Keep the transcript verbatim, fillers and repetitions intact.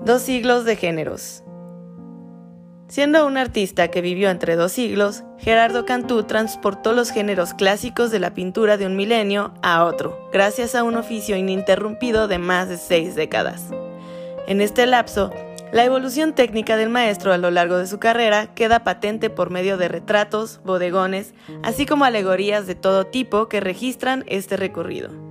Dos siglos de géneros. Siendo un artista que vivió entre dos siglos, Gerardo Cantú transportó los géneros clásicos de la pintura de un milenio a otro, gracias a un oficio ininterrumpido de más de seis décadas. En este lapso, la evolución técnica del maestro a lo largo de su carrera queda patente por medio de retratos, bodegones, así como alegorías de todo tipo que registran este recorrido.